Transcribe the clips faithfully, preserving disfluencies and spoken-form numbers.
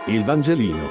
Il Vangelino.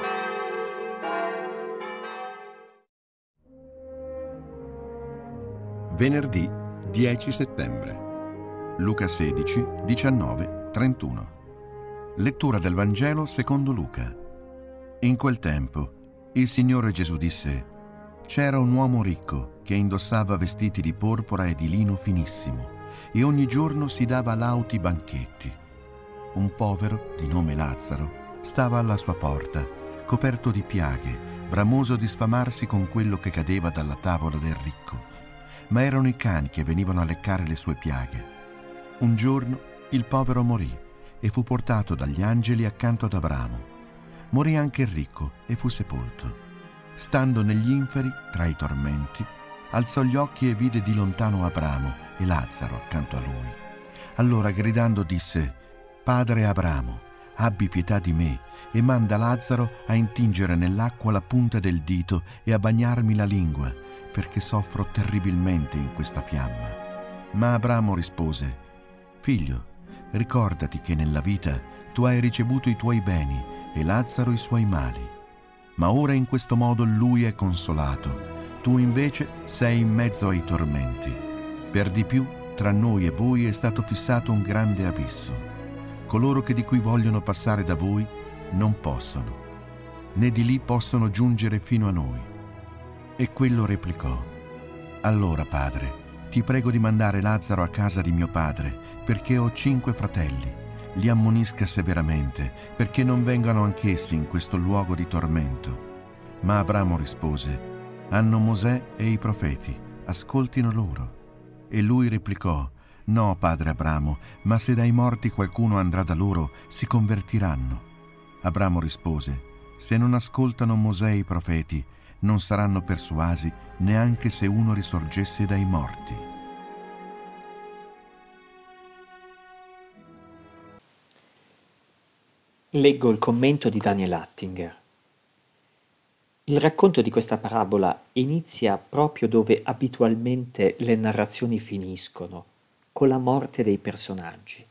Venerdì dieci settembre. Luca sedici, diciannove, trentuno. Lettura del Vangelo secondo Luca. In quel tempo il Signore Gesù disse: «C'era un uomo ricco che indossava vestiti di porpora e di lino finissimo e ogni giorno si dava lauti banchetti. Un povero, di nome Lazzaro, stava alla sua porta, coperto di piaghe, bramoso di sfamarsi con quello che cadeva dalla tavola del ricco. Ma erano i cani che venivano a leccare le sue piaghe. Un giorno il povero morì e fu portato dagli angeli accanto ad Abramo. Morì anche il ricco e fu sepolto. Stando negli inferi, tra i tormenti, alzò gli occhi e vide di lontano Abramo e Lazzaro accanto a lui. Allora gridando disse: «Padre Abramo, abbi pietà di me e manda Lazzaro a intingere nell'acqua la punta del dito e a bagnarmi la lingua, perché soffro terribilmente in questa fiamma». Ma Abramo rispose: «Figlio, ricordati che nella vita tu hai ricevuto i tuoi beni e Lazzaro i suoi mali. Ma ora in questo modo lui è consolato, tu invece sei in mezzo ai tormenti. Per di più, tra noi e voi è stato fissato un grande abisso. Coloro che di cui vogliono passare da voi non possono, né di lì possono giungere fino a noi». E quello replicò: «Allora, padre, ti prego di mandare Lazzaro a casa di mio padre, perché ho cinque fratelli. Li ammonisca severamente, perché non vengano anch'essi in questo luogo di tormento». Ma Abramo rispose: «Hanno Mosè e i profeti, ascoltino loro». E lui replicò: «No, padre Abramo, ma se dai morti qualcuno andrà da loro, si convertiranno». Abramo rispose: «Se non ascoltano Mosè e i profeti, non saranno persuasi neanche se uno risorgesse dai morti». Leggo il commento di Daniel Attinger. Il racconto di questa parabola inizia proprio dove abitualmente le narrazioni finiscono, con la morte dei personaggi.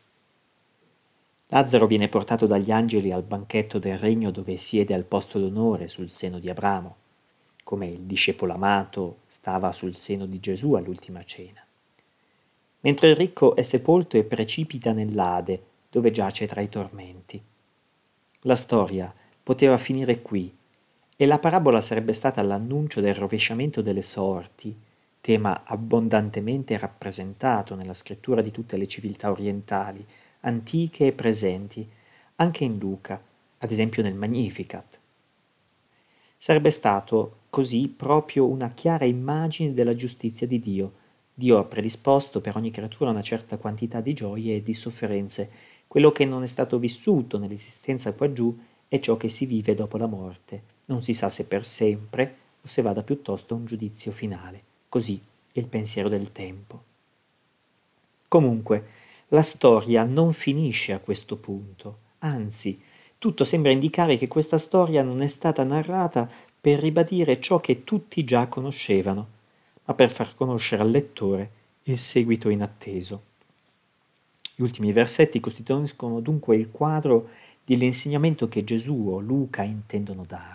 Lazzaro viene portato dagli angeli al banchetto del regno dove siede al posto d'onore sul seno di Abramo, come il discepolo amato stava sul seno di Gesù all'ultima cena. Mentre il ricco è sepolto e precipita nell'Ade, dove giace tra i tormenti. La storia poteva finire qui e la parabola sarebbe stata l'annuncio del rovesciamento delle sorti, tema abbondantemente rappresentato nella scrittura di tutte le civiltà orientali, antiche e presenti, anche in Luca, ad esempio nel Magnificat. Sarebbe stato così proprio una chiara immagine della giustizia di Dio. Dio ha predisposto per ogni creatura una certa quantità di gioie e di sofferenze. Quello che non è stato vissuto nell'esistenza qua giù è ciò che si vive dopo la morte. Non si sa se per sempre o se vada piuttosto a un giudizio finale. Così è il pensiero del tempo. Comunque, la storia non finisce a questo punto. Anzi, tutto sembra indicare che questa storia non è stata narrata per ribadire ciò che tutti già conoscevano, ma per far conoscere al lettore il seguito inatteso. Gli ultimi versetti costituiscono dunque il quadro dell'insegnamento che Gesù o Luca intendono dare.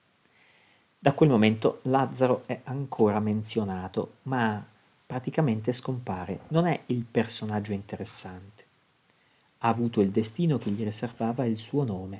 Da quel momento Lazzaro è ancora menzionato, ma praticamente scompare. Non è il personaggio interessante. Ha avuto il destino che gli riservava il suo nome.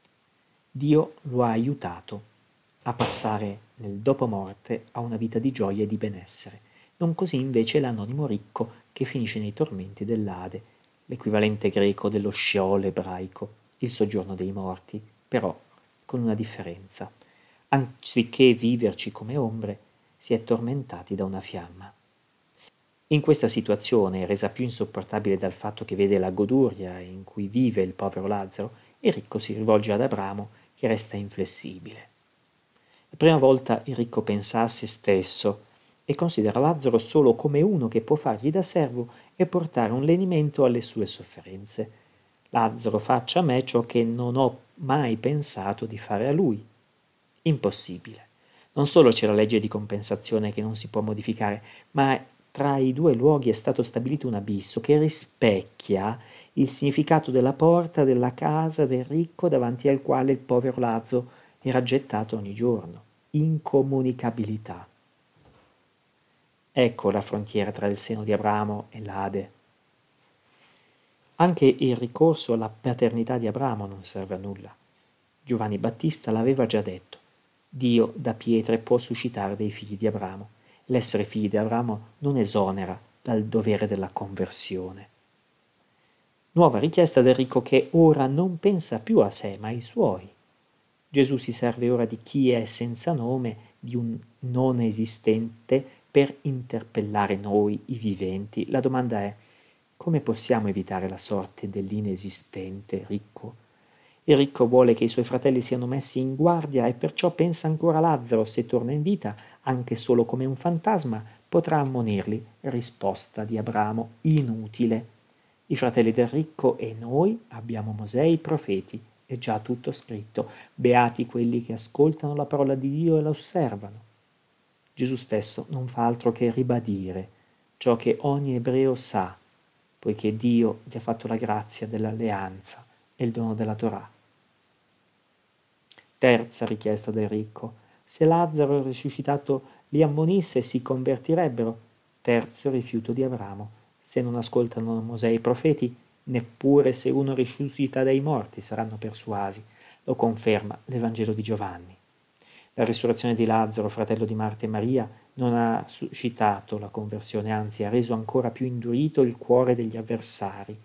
Dio lo ha aiutato a passare nel dopomorte a una vita di gioia e di benessere. Non così invece l'anonimo ricco che finisce nei tormenti dell'Ade, l'equivalente greco dello Sheol ebraico, il soggiorno dei morti, però con una differenza. Anziché viverci come ombre, si è tormentati da una fiamma. In questa situazione, resa più insopportabile dal fatto che vede la goduria in cui vive il povero Lazzaro, il ricco si rivolge ad Abramo, che resta inflessibile. La prima volta il ricco pensa a se stesso e considera Lazzaro solo come uno che può fargli da servo e portare un lenimento alle sue sofferenze. Lazzaro faccia a me ciò che non ho mai pensato di fare a lui. Impossibile. Non solo c'è la legge di compensazione che non si può modificare, ma tra i due luoghi è stato stabilito un abisso che rispecchia il significato della porta della casa del ricco davanti al quale il povero Lazzaro era gettato ogni giorno. Incomunicabilità. Ecco la frontiera tra il seno di Abramo e l'Ade. Anche il ricorso alla paternità di Abramo non serve a nulla. Giovanni Battista l'aveva già detto. Dio da pietre può suscitare dei figli di Abramo. L'essere figli di Abramo non esonera dal dovere della conversione. Nuova richiesta del ricco che ora non pensa più a sé ma ai suoi. Gesù si serve ora di chi è senza nome, di un non esistente, per interpellare noi, i viventi. La domanda è: come possiamo evitare la sorte dell'inesistente ricco? Il ricco vuole che i suoi fratelli siano messi in guardia e perciò pensa ancora a Lazzaro. Se torna in vita, anche solo come un fantasma, potrà ammonirli. Risposta di Abramo: inutile. I fratelli del ricco e noi abbiamo Mosè e i profeti. È già tutto scritto. Beati quelli che ascoltano la parola di Dio e la osservano. Gesù stesso non fa altro che ribadire ciò che ogni ebreo sa, poiché Dio gli ha fatto la grazia dell'alleanza e il dono della Torah. Terza richiesta del ricco: se Lazzaro risuscitato li ammonisse, si convertirebbero. Terzo rifiuto di Abramo: se non ascoltano Mosè e i profeti, neppure se uno risuscita dai morti saranno persuasi. Lo conferma l'Evangelo di Giovanni. La risurrezione di Lazzaro, fratello di Marta e Maria, non ha suscitato la conversione, anzi ha reso ancora più indurito il cuore degli avversari.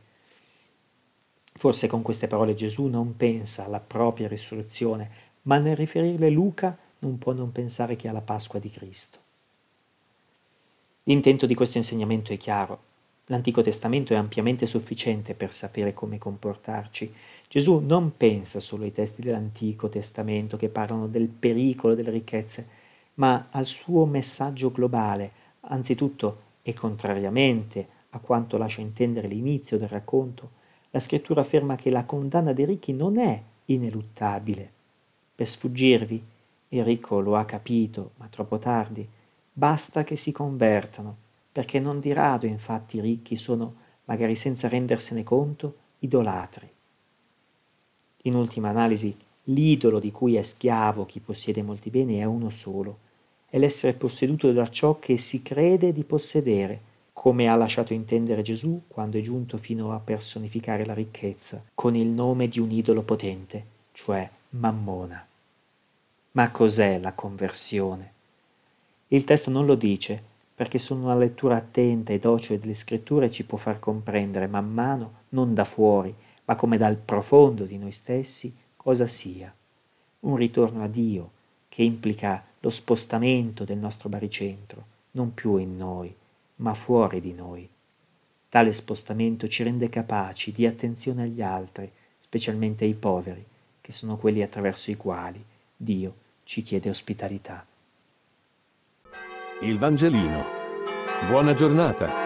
Forse con queste parole Gesù non pensa alla propria risurrezione, ma nel riferirle Luca non può non pensare che alla Pasqua di Cristo. L'intento di questo insegnamento è chiaro. L'Antico Testamento è ampiamente sufficiente per sapere come comportarci. Gesù non pensa solo ai testi dell'Antico Testamento che parlano del pericolo delle ricchezze, ma al suo messaggio globale, anzitutto e contrariamente a quanto lascia intendere l'inizio del racconto. La scrittura afferma che la condanna dei ricchi non è ineluttabile. Per sfuggirvi, il ricco lo ha capito, ma troppo tardi. Basta che si convertano, perché non di rado infatti i ricchi sono, magari senza rendersene conto, idolatri. In ultima analisi, l'idolo di cui è schiavo chi possiede molti beni è uno solo, è l'essere posseduto da ciò che si crede di possedere, come ha lasciato intendere Gesù quando è giunto fino a personificare la ricchezza con il nome di un idolo potente, cioè Mammona. Ma cos'è la conversione? Il testo non lo dice, perché solo una lettura attenta e docile delle scritture ci può far comprendere man mano, non da fuori, ma come dal profondo di noi stessi, cosa sia. Un ritorno a Dio, che implica lo spostamento del nostro baricentro, non più in noi, ma fuori di noi. Tale spostamento ci rende capaci di attenzione agli altri, specialmente ai poveri, che sono quelli attraverso i quali Dio ci chiede ospitalità. Il Vangelino. Buona giornata.